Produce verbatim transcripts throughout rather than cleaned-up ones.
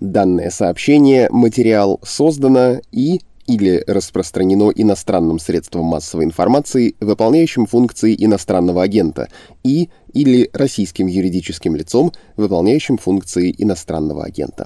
Данное сообщение, материал создано и или распространено иностранным средством массовой информации, выполняющим функции иностранного агента, и или российским юридическим лицом, выполняющим функции иностранного агента.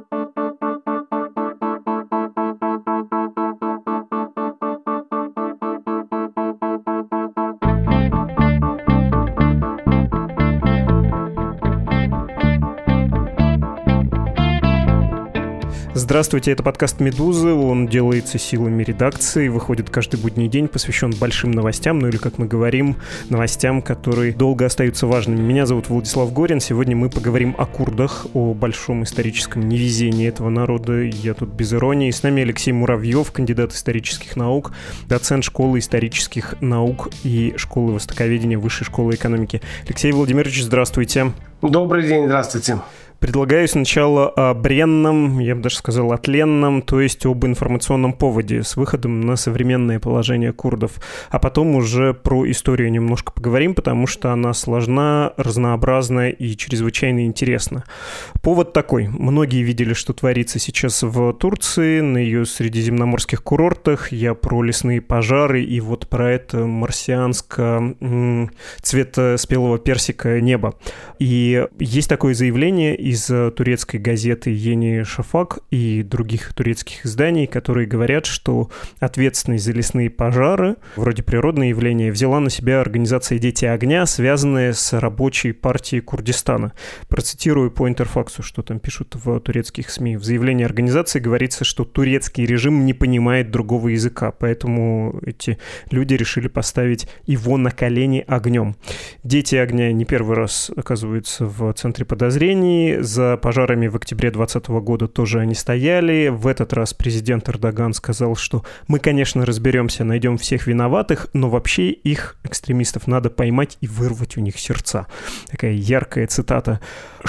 Здравствуйте, это подкаст «Медузы», он делается силами редакции, выходит каждый будний день, посвящен большим новостям, ну или, как мы говорим, новостям, которые долго остаются важными. Меня зовут Владислав Горин, сегодня мы поговорим о курдах, о большом историческом невезении этого народа, я тут без иронии. С нами Алексей Муравьев, кандидат исторических наук, доцент школы исторических наук и школы востоковедения Высшей школы экономики. Алексей Владимирович, здравствуйте. Добрый день, здравствуйте. Предлагаю сначала о бренном, я бы даже сказал, о тленном, то есть об информационном поводе с выходом на современное положение курдов. А потом уже про историю немножко поговорим, потому что она сложна, разнообразна и чрезвычайно интересна. Повод такой. Многие видели, что творится сейчас в Турции, на ее средиземноморских курортах. Я про лесные пожары и вот про это марсианско м- цвета спелого персика небо. И есть такое заявление из турецкой газеты «Yeni Shafak» и других турецких изданий, которые говорят, что ответственность за лесные пожары, вроде природное явление, взяла на себя организация «Дети огня», связанная с рабочей партией Курдистана. Процитирую по Интерфаксу, что там пишут в турецких СМИ. В заявлении организации говорится, что турецкий режим не понимает другого языка, поэтому эти люди решили поставить его на колени огнем. «Дети огня» не первый раз оказываются в центре подозрений. За пожарами в октябре двадцатого года тоже они стояли. В этот раз президент Эрдоган сказал, что мы, конечно, разберемся, найдем всех виноватых, но вообще их, экстремистов, надо поймать и вырвать у них сердца. Такая яркая цитата.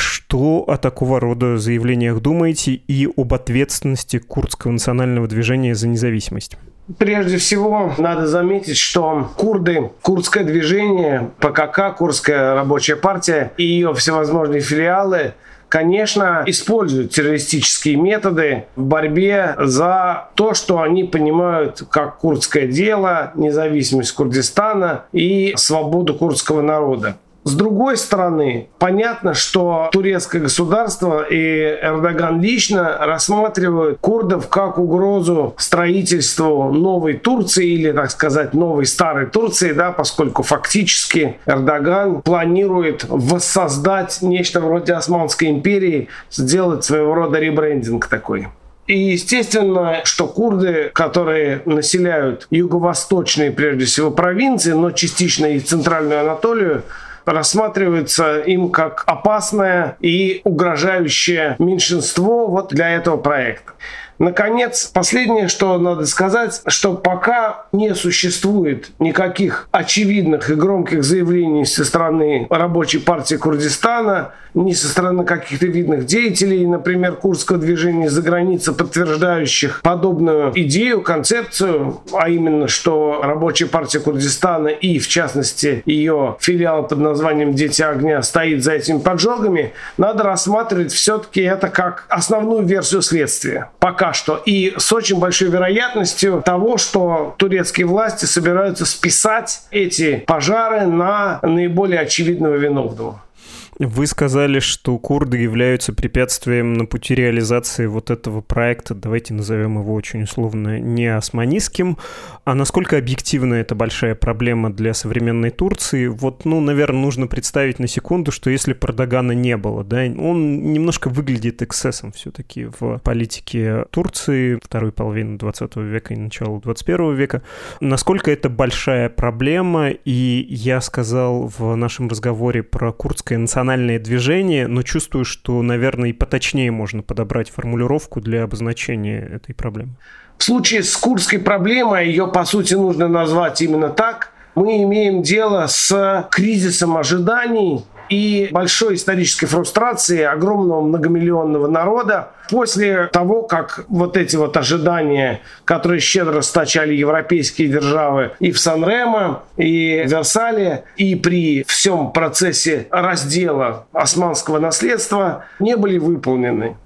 Что о такого рода заявлениях думаете и об ответственности курдского национального движения за независимость? Прежде всего, надо заметить, что курды, курдское движение, ПКК, Курдская рабочая партия и ее всевозможные филиалы, конечно, используют террористические методы в борьбе за то, что они понимают как курдское дело, независимость Курдистана и свободу курдского народа. С другой стороны, понятно, что турецкое государство и Эрдоган лично рассматривают курдов как угрозу строительству новой Турции или, так сказать, новой старой Турции, да, поскольку фактически Эрдоган планирует воссоздать нечто вроде Османской империи, сделать своего рода ребрендинг такой. И естественно, что курды, которые населяют юго-восточные, прежде всего, провинции, но частично и центральную Анатолию, рассматривается им как опасное и угрожающее меньшинство вот для этого проекта. Наконец, последнее, что надо сказать, что пока не существует никаких очевидных и громких заявлений со стороны рабочей партии Курдистана, ни со стороны каких-то видных деятелей, например, курдского движения за границей, подтверждающих подобную идею, концепцию, а именно, что рабочая партия Курдистана и, в частности, ее филиал под названием «Дети огня» стоит за этими поджогами, надо рассматривать все-таки это как основную версию следствия. Пока что. И с очень большой вероятностью того, что турецкие власти собираются списать эти пожары на наиболее очевидного виновного. Вы сказали, что курды являются препятствием на пути реализации вот этого проекта, давайте назовем его очень условно, не османистским. А насколько объективна эта большая проблема для современной Турции? Вот, ну, наверное, нужно представить на секунду, что если Эрдогана не было, да, он немножко выглядит эксцессом все-таки в политике Турции второй половины двадцатого века и начала двадцать первого века. Насколько это большая проблема? И я сказал в нашем разговоре про курдское национальное движение, но чувствую, что, наверное, и поточнее можно подобрать формулировку для обозначения этой проблемы. В случае с курдской проблемой, ее, по сути, нужно назвать именно так, мы имеем дело с кризисом ожиданий и большой исторической фрустрации огромного многомиллионного народа после того, как вот эти вот ожидания, которые щедро расточали европейские державы и в Сан-Ремо, и в Версале, и при всем процессе раздела османского наследства, не были выполнены.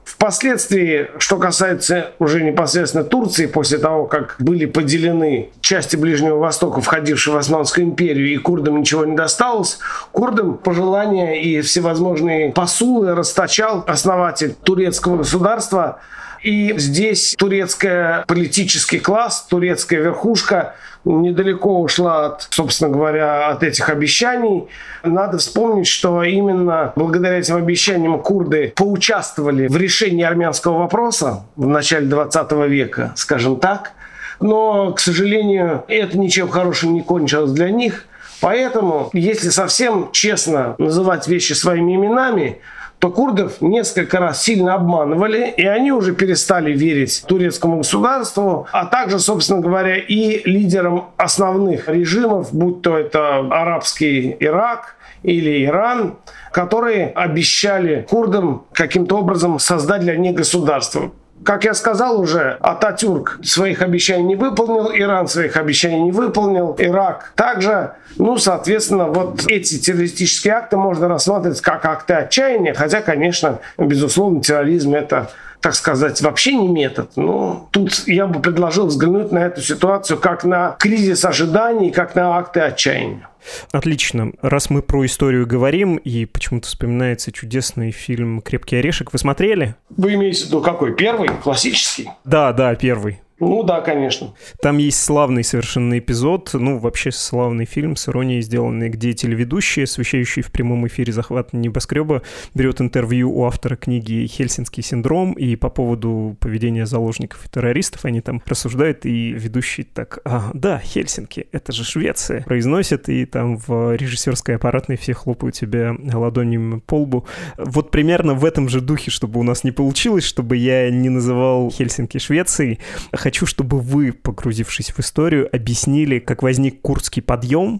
Впоследствии, что касается уже непосредственно Турции, после того, как были поделены части Ближнего Востока, входившие в Османскую империю, и курдам ничего не досталось, курдам пожелания и всевозможные посулы расточал основатель турецкого государства. И здесь турецкий политический класс, турецкая верхушка недалеко ушла, от, собственно говоря, от этих обещаний. Надо вспомнить, что именно благодаря этим обещаниям курды поучаствовали в решении армянского вопроса в начале двадцатого века, скажем так. Но, к сожалению, это ничем хорошим не кончилось для них. Поэтому, если совсем честно называть вещи своими именами, то курдов несколько раз сильно обманывали, и они уже перестали верить турецкому государству, а также, собственно говоря, и лидерам основных режимов, будь то это арабский Ирак или Иран, которые обещали курдам каким-то образом создать для них государство. Как я сказал уже, Ататюрк своих обещаний не выполнил, Иран своих обещаний не выполнил, Ирак также. Ну, соответственно, вот эти террористические акты можно рассматривать как акты отчаяния, хотя, конечно, безусловно, терроризм – это, так сказать, вообще не метод. Но тут я бы предложил взглянуть на эту ситуацию как на кризис ожиданий, как на акты отчаяния. Отлично. Раз мы про историю говорим, и почему-то вспоминается чудесный фильм «Крепкий орешек». Вы смотрели? Вы имеете в виду какой? Первый? Классический? Да, да, первый. Ну да, конечно. Там есть славный совершенно эпизод, ну вообще славный фильм с иронией сделанный, где телеведущий, освещающий в прямом эфире захват небоскреба, берет интервью у автора книги «Хельсинский синдром», и по поводу поведения заложников и террористов они там рассуждают, и ведущий так: а, да, Хельсинки, это же Швеция, произносит, и там в режиссерской аппаратной все хлопают тебя ладонями по лбу. Вот примерно в этом же духе, чтобы у нас не получилось, чтобы я не называл Хельсинки Швецией. Хочу, чтобы вы, погрузившись в историю, объяснили, как возник курдский подъем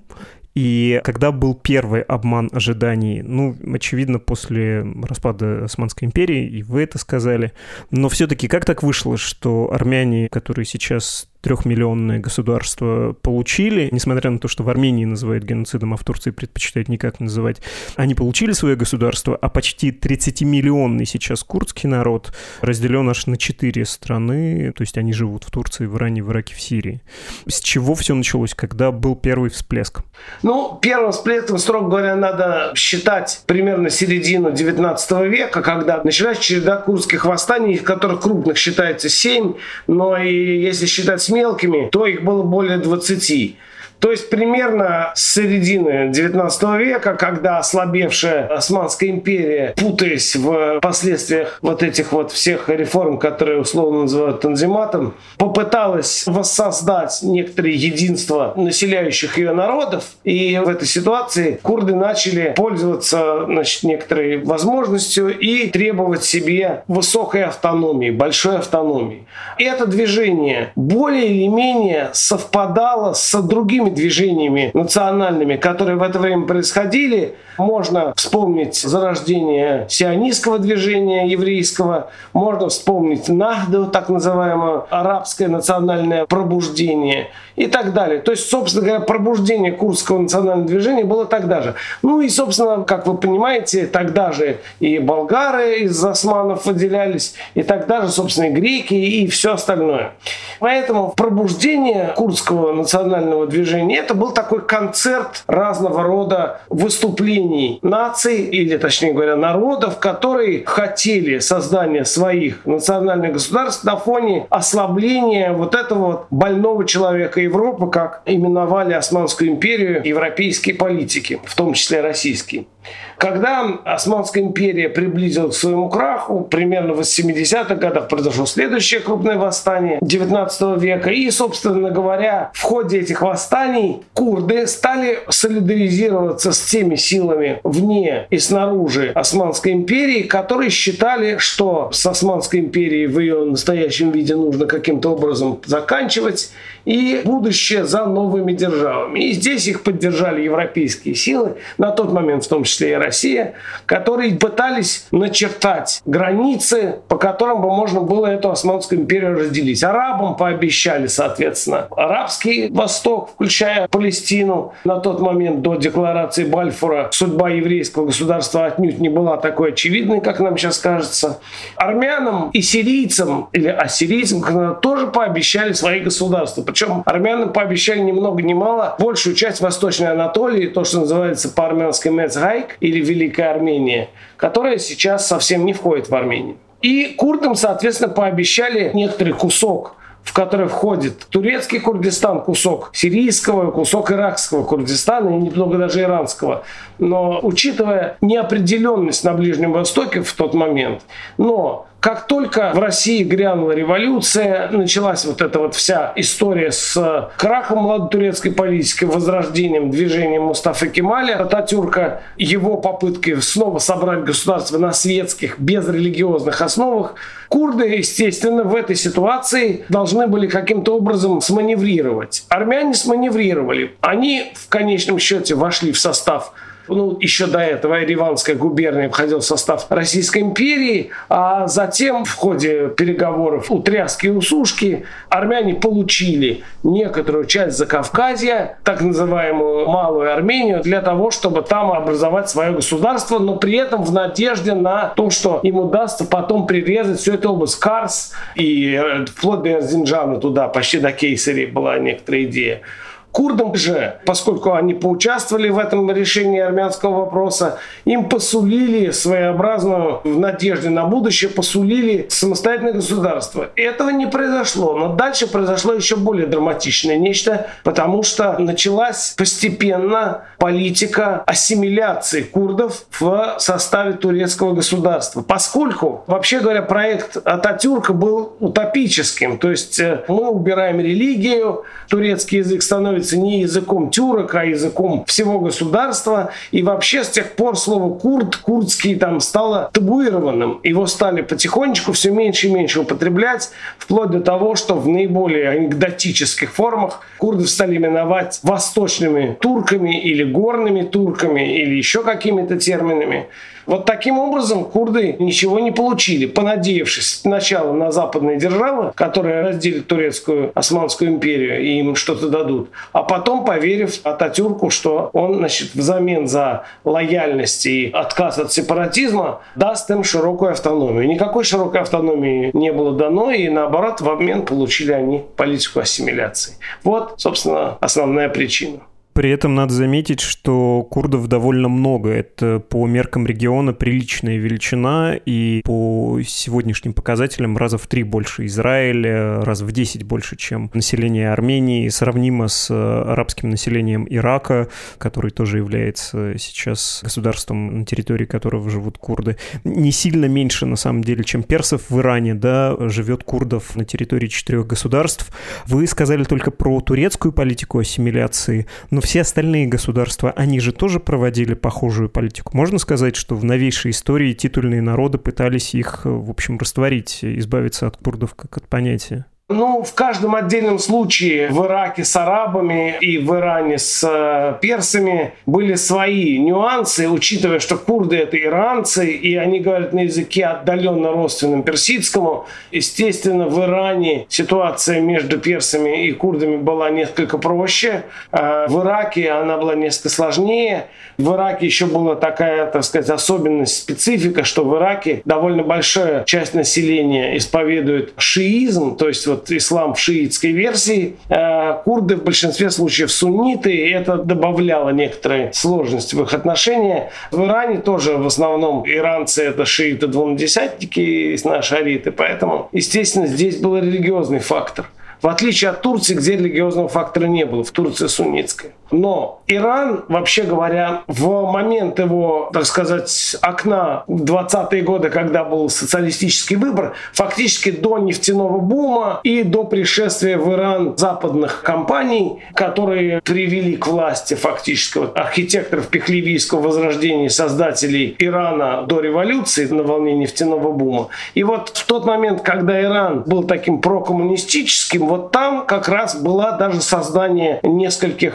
и когда был первый обман ожиданий. Ну, очевидно, после распада Османской империи, и вы это сказали. Но все-таки как так вышло, что армяне, которые сейчас трехмиллионное государство, получили, несмотря на то, что в Армении называют геноцидом, а в Турции предпочитают никак называть, они получили свое государство, а почти тридцатимиллионный сейчас курдский народ разделен аж на четыре страны, то есть они живут в Турции, в Иране, в Ираке, в Сирии. С чего все началось? Когда был первый всплеск? Ну, первым всплеском, строго говоря, надо считать примерно середину девятнадцатого века, когда началась череда курдских восстаний, из которых крупных считается семь, но и если считать мелкими, то их было более двадцати. То есть примерно с середины девятнадцатого века, когда ослабевшая Османская империя, путаясь в последствиях вот этих вот всех реформ, которые условно называют танзиматом, попыталась воссоздать некоторые единства населяющих ее народов. И в этой ситуации курды начали пользоваться, значит, некоторой возможностью и требовать себе высокой автономии, большой автономии. И это движение более или менее совпадало с другими движениями национальными, которые в это время происходили. Можно вспомнить зарождение сионистского движения еврейского, можно вспомнить Нахду, так называемое арабское национальное пробуждение и так далее. То есть, собственно говоря, пробуждение курдского национального движения было тогда же. Ну и, собственно, как вы понимаете, тогда же и болгары из османов выделялись, и тогда же, собственно, и греки, и все остальное. Поэтому пробуждение курдского национального движения — это был такой концерт разного рода выступлений наций, или, точнее говоря, народов, которые хотели создания своих национальных государств на фоне ослабления вот этого вот больного человека Европы, как именовали Османскую империю европейские политики, в том числе российские. Когда Османская империя приблизилась к своему краху, примерно в семидесятых годах произошло следующее крупное восстание девятнадцатого века. И, собственно говоря, в ходе этих восстаний курды стали солидаризироваться с теми силами вне и снаружи Османской империи, которые считали, что с Османской империей в ее настоящем виде нужно каким-то образом заканчивать, и будущее за новыми державами. И здесь их поддержали европейские силы, на тот момент в том числе числе и Россия, которые пытались начертать границы, по которым бы можно было эту Османскую империю разделить. Арабам пообещали, соответственно, арабский Восток, включая Палестину. На тот момент до декларации Бальфура судьба еврейского государства отнюдь не была такой очевидной, как нам сейчас кажется. Армянам и сирийцам, или ассирийцам, тоже пообещали свои государства. Причем армянам пообещали ни много ни мало большую часть Восточной Анатолии, то, что называется по-армянски Мецгайк, или Великая Армения, которая сейчас совсем не входит в Армению. И курдам, соответственно, пообещали некоторый кусок, в который входит турецкий Курдистан, кусок сирийского, кусок иракского Курдистана и немного даже иранского. Но учитывая неопределенность на Ближнем Востоке в тот момент, но как только в России грянула революция, началась вот эта вот вся история с крахом молодотурецкой политики, возрождением движения Мустафы Кемаля Ататюрка, его попыткой снова собрать государство на светских, безрелигиозных основах, курды, естественно, в этой ситуации должны были каким-то образом сманеврировать. Армяне сманеврировали. Они в конечном счете вошли в состав, ну, еще до этого Ереванская губерния входила в состав Российской империи, а затем в ходе переговоров у Тряски и у Сушки армяне получили некоторую часть Закавказья, так называемую Малую Армению, для того, чтобы там образовать свое государство, но при этом в надежде на то, что им удастся потом прирезать всю эту область Карс и вплоть до Эрзинджана туда, почти до Кейсарии была некоторая идея. Курдам же, поскольку они поучаствовали в этом решении армянского вопроса, им посулили своеобразную, в надежде на будущее, посулили самостоятельное государство. Этого не произошло, но дальше произошло еще более драматичное нечто, потому что началась постепенно политика ассимиляции курдов в составе турецкого государства. Поскольку, вообще говоря, проект Ататюрка был утопическим, то есть мы убираем религию, турецкий язык становится не языком тюрок, а языком всего государства. И вообще с тех пор слово «курд», «курдский» там стало табуированным. Его стали потихонечку все меньше и меньше употреблять, вплоть до того, что в наиболее анекдотических формах курдов стали именовать восточными турками или горными турками или еще какими-то терминами. Вот таким образом курды ничего не получили, понадеявшись сначала на западные державы, которые разделят турецкую Османскую империю и им что-то дадут, а потом поверив Ататюрку, что он, значит, взамен за лояльность и отказ от сепаратизма даст им широкую автономию. Никакой широкой автономии не было дано, и наоборот, в обмен получили они политику ассимиляции. Вот, собственно, основная причина. При этом надо заметить, что курдов довольно много. Это по меркам региона приличная величина, и по сегодняшним показателям раза в три больше Израиля, раз в десять больше, чем население Армении, сравнимо с арабским населением Ирака, который тоже является сейчас государством, на территории которого живут курды. Не сильно меньше, на самом деле, чем персов в Иране, да, живет курдов на территории четырех государств. Вы сказали только про турецкую политику ассимиляции, но все остальные государства, они же тоже проводили похожую политику. Можно сказать, что в новейшей истории титульные народы пытались их, в общем, растворить, избавиться от курдов как от понятия? Ну, в каждом отдельном случае в Ираке с арабами и в Иране с э, персами были свои нюансы, учитывая, что курды — это иранцы, и они говорят на языке отдаленно родственном персидскому. Естественно, в Иране ситуация между персами и курдами была несколько проще. Э, в Ираке она была несколько сложнее. В Ираке еще была такая, так сказать, особенность, специфика, что в Ираке довольно большая часть населения исповедует шиизм, то есть вот ислам в шиитской версии, курды в большинстве случаев сунниты, и это добавляло некоторые сложности в их отношениях. В Иране тоже в основном иранцы — это шииты-двунадесятники, ашариты, поэтому, естественно, здесь был религиозный фактор. В отличие от Турции, где религиозного фактора не было, в Турции суннитская. Но Иран, вообще говоря, в момент его, так сказать, окна в двадцатые годы, когда был социалистический выбор, фактически до нефтяного бума и до пришествия в Иран западных компаний, которые привели к власти фактически вот, архитекторов пехлевийского возрождения, создателей Ирана до революции на волне нефтяного бума. И вот в тот момент, когда Иран был таким прокоммунистическим, вот там как раз было даже создание нескольких волн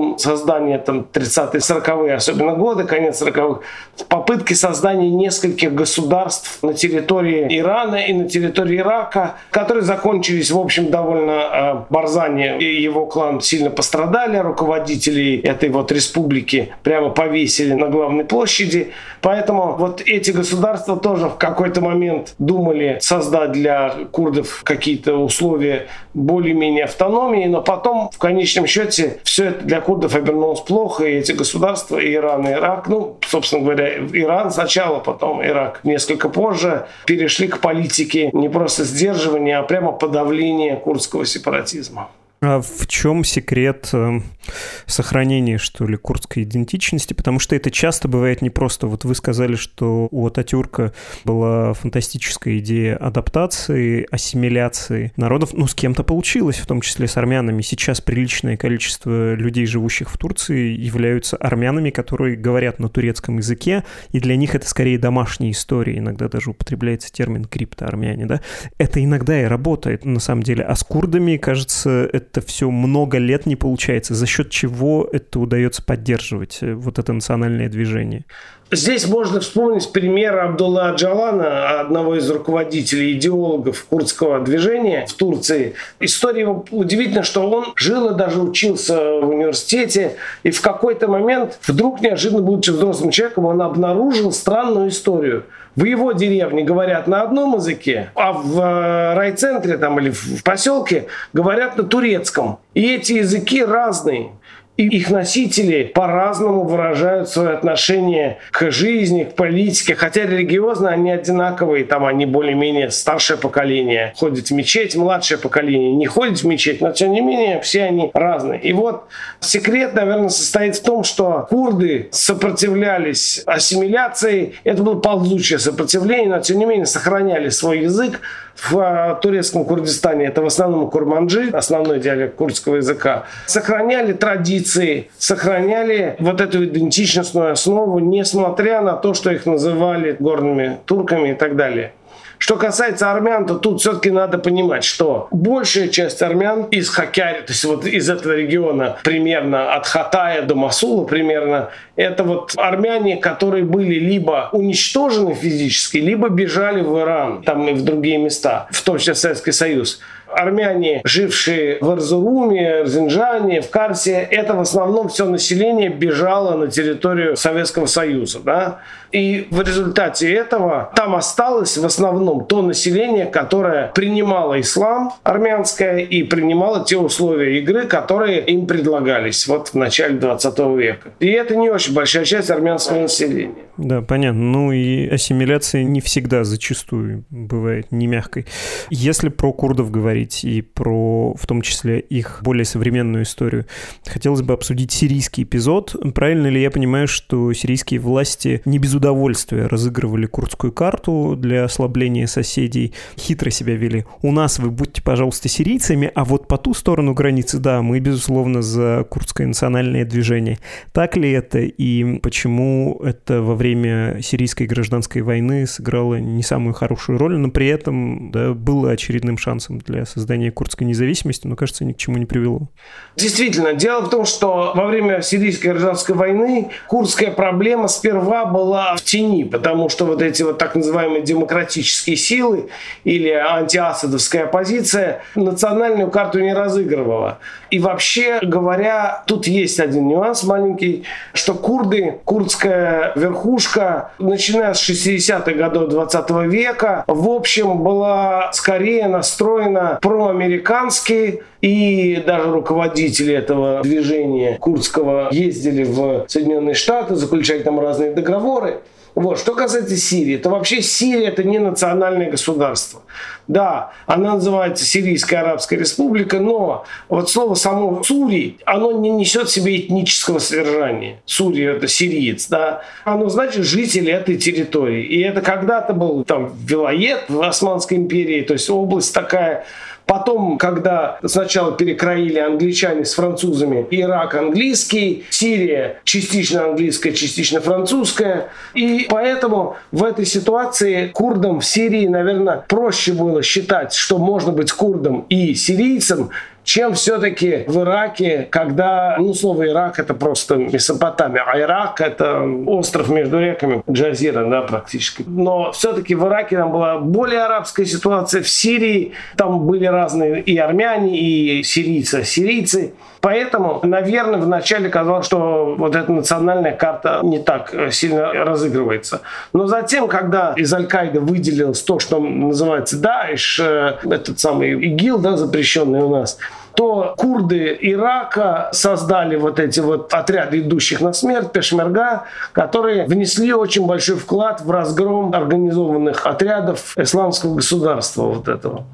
до создания там, тридцатые, сороковые, особенно годы, конец сороковых, попытки создания нескольких государств на территории Ирана и на территории Ирака, которые закончились, в общем, довольно Барзани и его клан сильно пострадали, руководителей этой вот республики прямо повесили на главной площади. Поэтому вот эти государства тоже в какой-то момент думали создать для курдов какие-то условия более-менее автономии, но потом в конечном счете все это для курдов обернулось плохо, и эти государства, и Иран, и Ирак, ну, собственно говоря, Иран сначала, потом Ирак несколько позже, перешли к политике не просто сдерживания, а прямо подавления курдского сепаратизма. А в чем секрет э, сохранения, что ли, курдской идентичности? Потому что это часто бывает непросто. Вот вы сказали, что у Ататюрка была фантастическая идея адаптации, ассимиляции народов. Ну, с кем-то получилось, в том числе с армянами. Сейчас приличное количество людей, живущих в Турции, являются армянами, которые говорят на турецком языке, и для них это скорее домашняя история. Иногда даже употребляется термин криптоармяне, да? Это иногда и работает, на самом деле. А с курдами, кажется, это это все много лет не получается. За счет чего это удается поддерживать, вот это национальное движение? Здесь можно вспомнить пример Абдулла Аджалана, одного из руководителей, идеологов курдского движения в Турции. История его удивительна, что он жил и даже учился в университете, и в какой-то момент, вдруг неожиданно, будучи взрослым человеком, он обнаружил странную историю. В его деревне говорят на одном языке, а в райцентре там, или в поселке говорят на турецком. И эти языки разные. И их носители по-разному выражают свое отношение к жизни, к политике. Хотя религиозно они одинаковые, там они более-менее старшее поколение. Ходят в мечеть, младшее поколение не ходит в мечеть, но тем не менее все они разные. И вот секрет, наверное, состоит в том, что курды сопротивлялись ассимиляции. Это было ползучее сопротивление, но тем не менее сохраняли свой язык. В турецком Курдистане это в основном курманджи, основной диалект курдского языка. Сохраняли традиции, сохраняли вот эту идентичностную основу, несмотря на то, что их называли горными турками и так далее. Что касается армян, то тут все-таки надо понимать, что большая часть армян из Хакяри, то есть вот из этого региона, примерно от Хатая до Масула примерно, это вот армяне, которые были либо уничтожены физически, либо бежали в Иран, там и в другие места, в том числе в Советский Союз. Армяне, жившие в Эрзуруме, Эрзинджане, в Карсе, это в основном все население бежало на территорию Советского Союза. Да? И в результате этого там осталось в основном то население, которое принимало ислам армянское и принимало те условия игры, которые им предлагались вот в начале двадцатого века. И это не очень большая часть армянского населения. Да, понятно. Ну и ассимиляция не всегда, зачастую бывает не мягкой. Если про курдов говорить и про, в том числе, их более современную историю, хотелось бы обсудить сирийский эпизод. Правильно ли я понимаю, что сирийские власти не без удовольствия разыгрывали курдскую карту для ослабления соседей, хитро себя вели? У нас вы будьте, пожалуйста, сирийцами, а вот по ту сторону границы, да, мы, безусловно, за курдское национальное движение. Так ли это и почему это во время сирийской гражданской войны сыграло не самую хорошую роль, но при этом, да, было очередным шансом для создания курдской независимости, но, кажется, ни к чему не привело. Действительно, дело в том, что во время сирийской гражданской войны курдская проблема сперва была в тени, потому что вот эти вот так называемые демократические силы или антиасадовская оппозиция национальную карту не разыгрывала. И вообще говоря, тут есть один нюанс маленький, что курды, курдская верхушка, начиная с шестидесятых годов двадцатого века, в общем, была скорее настроена проамерикански, и даже руководители этого движения курдского ездили в Соединенные Штаты, заключали там разные договоры. Вот. Что касается Сирии, то вообще Сирия – это не национальное государство. Да, она называется Сирийская Арабская Республика, но вот слово само «сури», оно не несет в себе этнического содержания. Сури – это сириец, да. Оно значит жители этой территории. И это когда-то был там вилает в Османской империи, то есть область такая. Потом, когда сначала перекроили англичане с французами, Ирак английский, Сирия частично английская, частично французская. И поэтому в этой ситуации курдам в Сирии, наверное, проще было считать, что можно быть курдом и сирийцем, чем все-таки в Ираке, когда, ну, слово Ирак это просто Месопотамия, а Ирак это остров между реками, Джазира, да, практически. Но все-таки в Ираке там была более арабская ситуация, в Сирии там были разные и армяне, и сирийцы, сирийцы. Поэтому, наверное, вначале казалось, что вот эта национальная карта не так сильно разыгрывается. Но затем, когда из Аль-Каиды выделилось то, что называется Даиш, этот самый ИГИЛ, да, запрещенный у нас, то курды Ирака создали вот эти вот отряды, идущих на смерть, пешмерга, которые внесли очень большой вклад в разгром организованных отрядов исламского государства вот этого.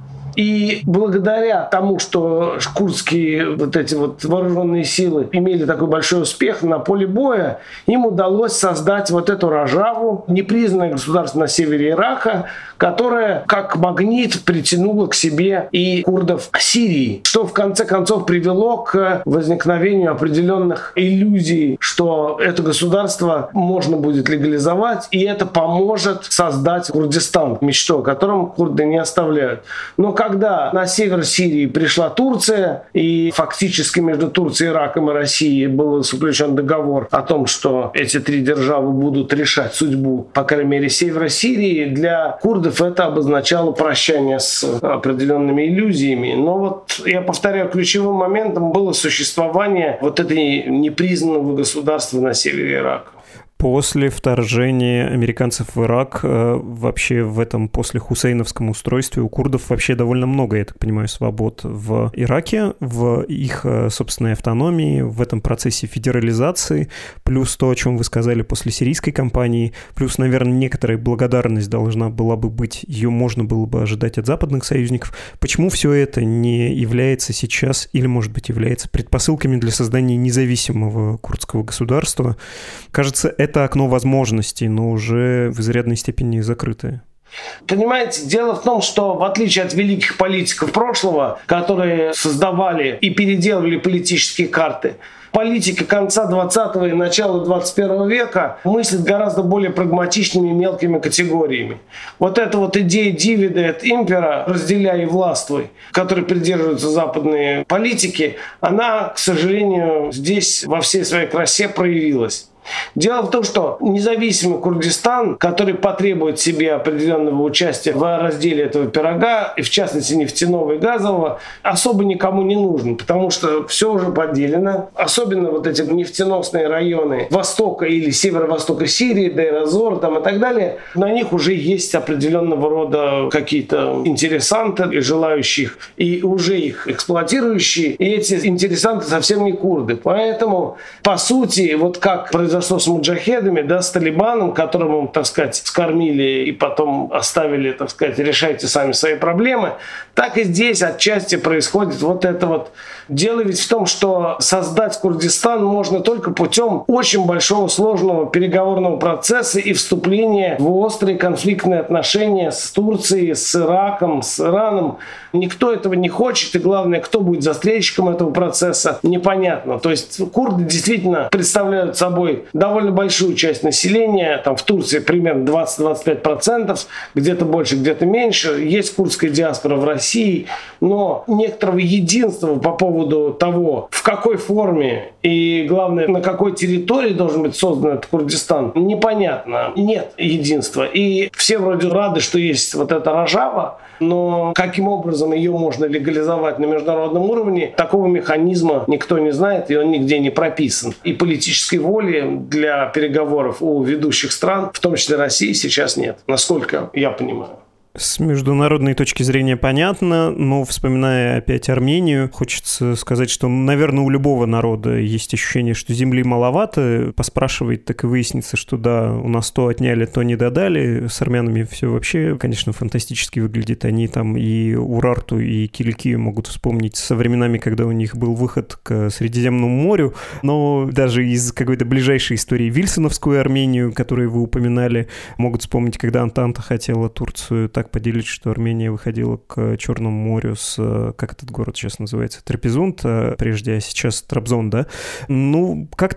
И благодаря тому, что курдские вот эти вот вооруженные силы имели такой большой успех на поле боя, им удалось создать вот эту Раджаву, непризнанное государство на севере Ирака, которое как магнит притянуло к себе и курдов Сирии, что в конце концов привело к возникновению определенных иллюзий, что это государство можно будет легализовать, и это поможет создать Курдистан, мечту о котором курды не оставляют. Но когда на север Сирии пришла Турция, и фактически между Турцией, Ираком и Россией был заключен договор о том, что эти три державы будут решать судьбу, по крайней мере, севера Сирии, для курдов это обозначало прощание с определенными иллюзиями. Но вот, я повторяю, ключевым моментом было существование вот этой непризнанного государства на севере Ирака. После вторжения американцев в Ирак, вообще в этом после хусейновском устройстве у курдов вообще довольно много, я так понимаю, свобод в Ираке, в их собственной автономии, в этом процессе федерализации, плюс то, о чем вы сказали после сирийской кампании, плюс, наверное, некоторая благодарность должна была бы быть, ее можно было бы ожидать от западных союзников. Почему все это не является сейчас, или, может быть, является предпосылками для создания независимого курдского государства? Кажется, это Это окно возможностей, но уже в изрядной степени закрытое. Понимаете, дело в том, что в отличие от великих политиков прошлого, которые создавали и переделывали политические карты, политики конца двадцатого и начала двадцать первого века мыслят гораздо более прагматичными мелкими категориями. Вот эта вот идея «divide et impera», разделяй и властвуй, которой придерживаются западные политики, она, к сожалению, здесь во всей своей красе проявилась. Дело в том, что независимый Курдистан, который потребует себе определенного участия в разделе этого пирога, и в частности нефтяного и газового, особо никому не нужен, потому что все уже поделено. Особенно вот эти нефтеносные районы востока или северо-востока Сирии, Дейр-эз-Зор там и так далее, на них уже есть определенного рода какие-то интересанты, желающие и уже их эксплуатирующие. И эти интересанты совсем не курды. Поэтому, по сути, вот как произошло с муджахедами, да, с Талибаном, которому, так сказать, скормили и потом оставили, так сказать, решайте сами свои проблемы, так и здесь отчасти происходит вот это вот. Дело ведь в том, что создать Курдистан можно только путем очень большого сложного переговорного процесса и вступления в острые конфликтные отношения с Турцией, с Ираком, с Ираном. Никто этого не хочет, и главное, кто будет застрельщиком этого процесса, непонятно. То есть курды действительно представляют собой довольно большую часть населения, там в Турции примерно двадцать-двадцать пять процентов, где-то больше, где-то меньше. Есть курдская диаспора в России, но некоторого единства по поводу того, в какой форме и, главное, на какой территории должен быть создан этот Курдистан, непонятно. Нет единства. И все вроде рады, что есть вот эта Раджава, но каким образом ее можно легализовать на международном уровне, такого механизма никто не знает, и он нигде не прописан. И политической воли для переговоров у ведущих стран, в том числе России, сейчас нет, насколько я понимаю. С международной точки зрения понятно, но, вспоминая опять Армению, хочется сказать, что, наверное, у любого народа есть ощущение, что земли маловато. Поспрашивать, так и выяснится, что да, у нас то отняли, то не додали. С армянами все вообще, конечно, фантастически выглядит. Они там и Урарту, и Киликию могут вспомнить со временами, когда у них был выход к Средиземному морю. Но даже из какой-то ближайшей истории Вильсоновскую Армению, которую вы упоминали, могут вспомнить, когда Антанта хотела Турцию так поделить, что Армения выходила к Черному морю с, как этот город сейчас называется, Трапезунд, прежде, а сейчас Трабзон, да? Ну, как-то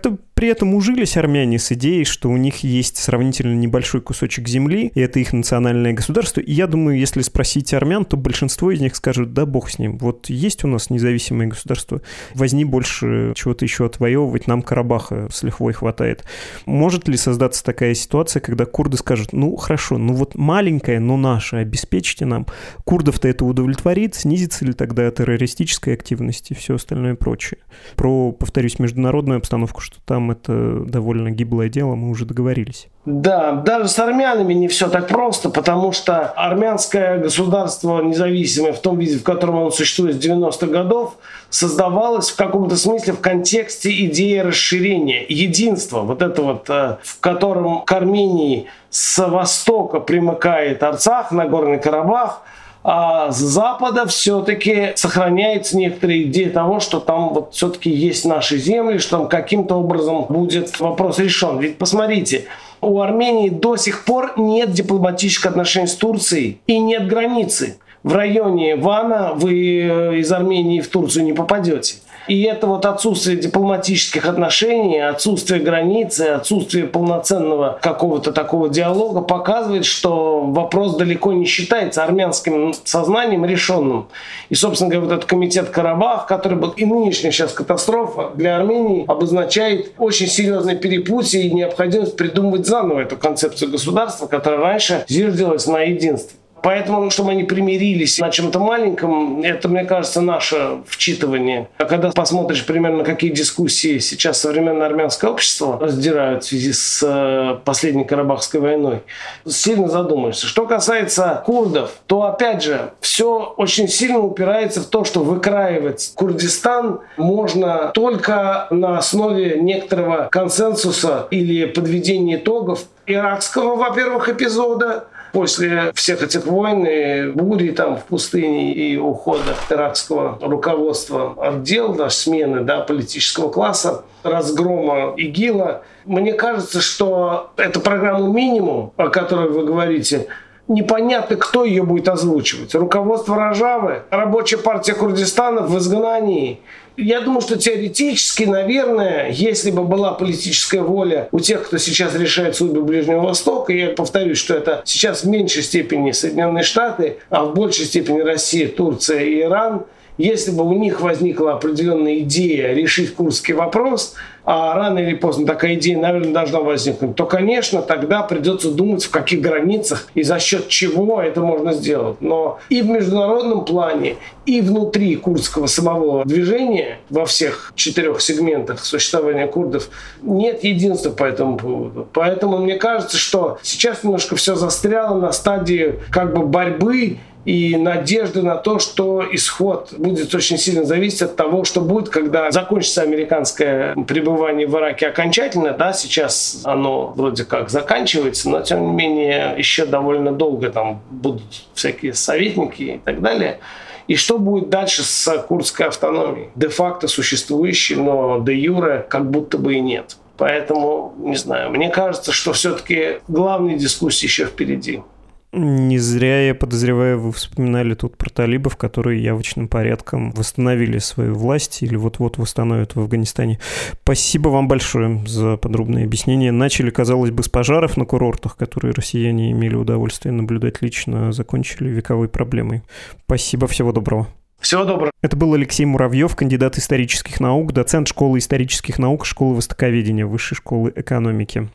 при этом ужились армяне с идеей, что у них есть сравнительно небольшой кусочек земли, и это их национальное государство. И я думаю, если спросить армян, то большинство из них скажут: да бог с ним, вот есть у нас независимое государство, возни больше чего-то еще отвоевывать, нам Карабаха с лихвой хватает. Может ли создаться такая ситуация, когда курды скажут: ну хорошо, ну вот маленькое, но наше, обеспечьте нам. Курдов-то это удовлетворит, снизится ли тогда террористическая активность и все остальное прочее. Про, повторюсь, международную обстановку, что там это довольно гиблое дело, мы уже договорились. Да, даже с армянами не все так просто, потому что армянское государство независимое в том виде, в котором оно существует с девяностых годов, создавалось в каком-то смысле в контексте идеи расширения, единства, вот это вот, в котором к Армении с востока примыкает Арцах, Нагорный Карабах, а с запада все-таки сохраняется некоторая идея того, что там вот все-таки есть наши земли, что там каким-то образом будет вопрос решен. Ведь посмотрите, у Армении до сих пор нет дипломатических отношений с Турцией и нет границы. В районе Вана вы из Армении в Турцию не попадете. И это вот отсутствие дипломатических отношений, отсутствие границы, отсутствие полноценного какого-то такого диалога показывает, что вопрос далеко не считается армянским сознанием решенным. И, собственно говоря, вот этот комитет Карабах, который был и нынешняя сейчас катастрофа для Армении, обозначает очень серьезное перепутье и необходимость придумывать заново эту концепцию государства, которая раньше зиждилась на единстве. Поэтому, чтобы они примирились на чем-то маленьком, это, мне кажется, наше вчитывание. А когда посмотришь примерно, какие дискуссии сейчас современное армянское общество раздирают в связи с последней Карабахской войной, сильно задумаешься. Что касается курдов, то, опять же, все очень сильно упирается в то, что выкраивать Курдистан можно только на основе некоторого консенсуса или подведения итогов иракского, во-первых, эпизода, после всех этих войн и бури там в пустыне и ухода иракского руководства от дел, даже смены, да, политического класса, разгрома ИГИЛа, мне кажется, что эта программа «Минимум», о которой вы говорите, непонятно, кто ее будет озвучивать. Руководство Ражавы, Рабочая партия Курдистана в изгнании. Я думаю, что теоретически, наверное, если бы была политическая воля у тех, кто сейчас решает судьбу Ближнего Востока, я повторюсь, что это сейчас в меньшей степени Соединенные Штаты, а в большей степени Россия, Турция и Иран, если бы у них возникла определенная идея решить курдский вопрос, а рано или поздно такая идея, наверное, должна возникнуть, то, конечно, тогда придется думать, в каких границах и за счет чего это можно сделать. Но и в международном плане, и внутри курдского самого движения, во всех четырех сегментах существования курдов, нет единства по этому поводу. Поэтому мне кажется, что сейчас немножко все застряло на стадии как бы борьбы и надежды на то, что исход будет очень сильно зависеть от того, что будет, когда закончится американское пребывание в Ираке окончательно. Да, сейчас оно вроде как заканчивается, но тем не менее еще довольно долго там будут всякие советники и так далее. И что будет дальше с курдской автономией? Де-факто существующей, но де-юре как будто бы и нет. Поэтому, не знаю, мне кажется, что все-таки главные дискуссии еще впереди. Не зря, я подозреваю, вы вспоминали тут про талибов, которые явочным порядком восстановили свою власть или вот-вот восстановят в Афганистане. Спасибо вам большое за подробное объяснение. Начали, казалось бы, с пожаров на курортах, которые россияне имели удовольствие наблюдать лично, закончили вековой проблемой. Спасибо, всего доброго. Всего доброго. Это был Алексей Муравьев, кандидат исторических наук, доцент школы исторических наук, школы востоковедения, Высшей школы экономики.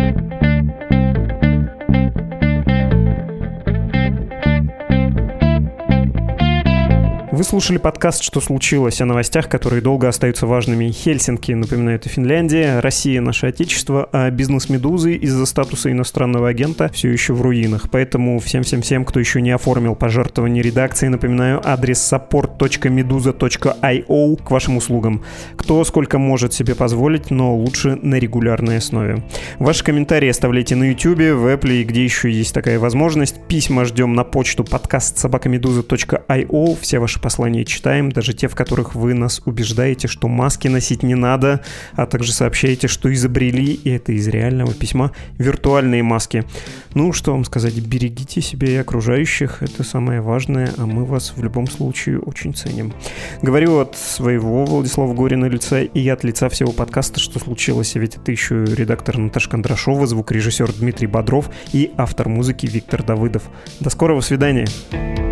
Вы слушали подкаст «Что случилось?» о новостях, которые долго остаются важными. Хельсинки, напоминаю, это Финляндия, Россия — наше отечество, а бизнес «Медузы» из-за статуса иностранного агента все еще в руинах. Поэтому всем-всем-всем, кто еще не оформил пожертвование редакции, напоминаю, адрес саппорт точка медуза точка ай о к вашим услугам. Кто сколько может себе позволить, но лучше на регулярной основе. Ваши комментарии оставляйте на YouTube, в Apple и где еще есть такая возможность. Письма ждем на почту подкаст собака медуза точка ай о. Все ваши послания читаем, даже те, в которых вы нас убеждаете, что маски носить не надо, а также сообщаете, что изобрели, и это из реального письма, виртуальные маски. Ну, что вам сказать, берегите себя и окружающих, это самое важное, а мы вас в любом случае очень ценим. Говорю от своего Владислава Горина лица и от лица всего подкаста, что случилось, ведь это еще редактор Наташа Кондрашова, звукорежиссер Дмитрий Бодров и автор музыки Виктор Давыдов. До скорого свидания!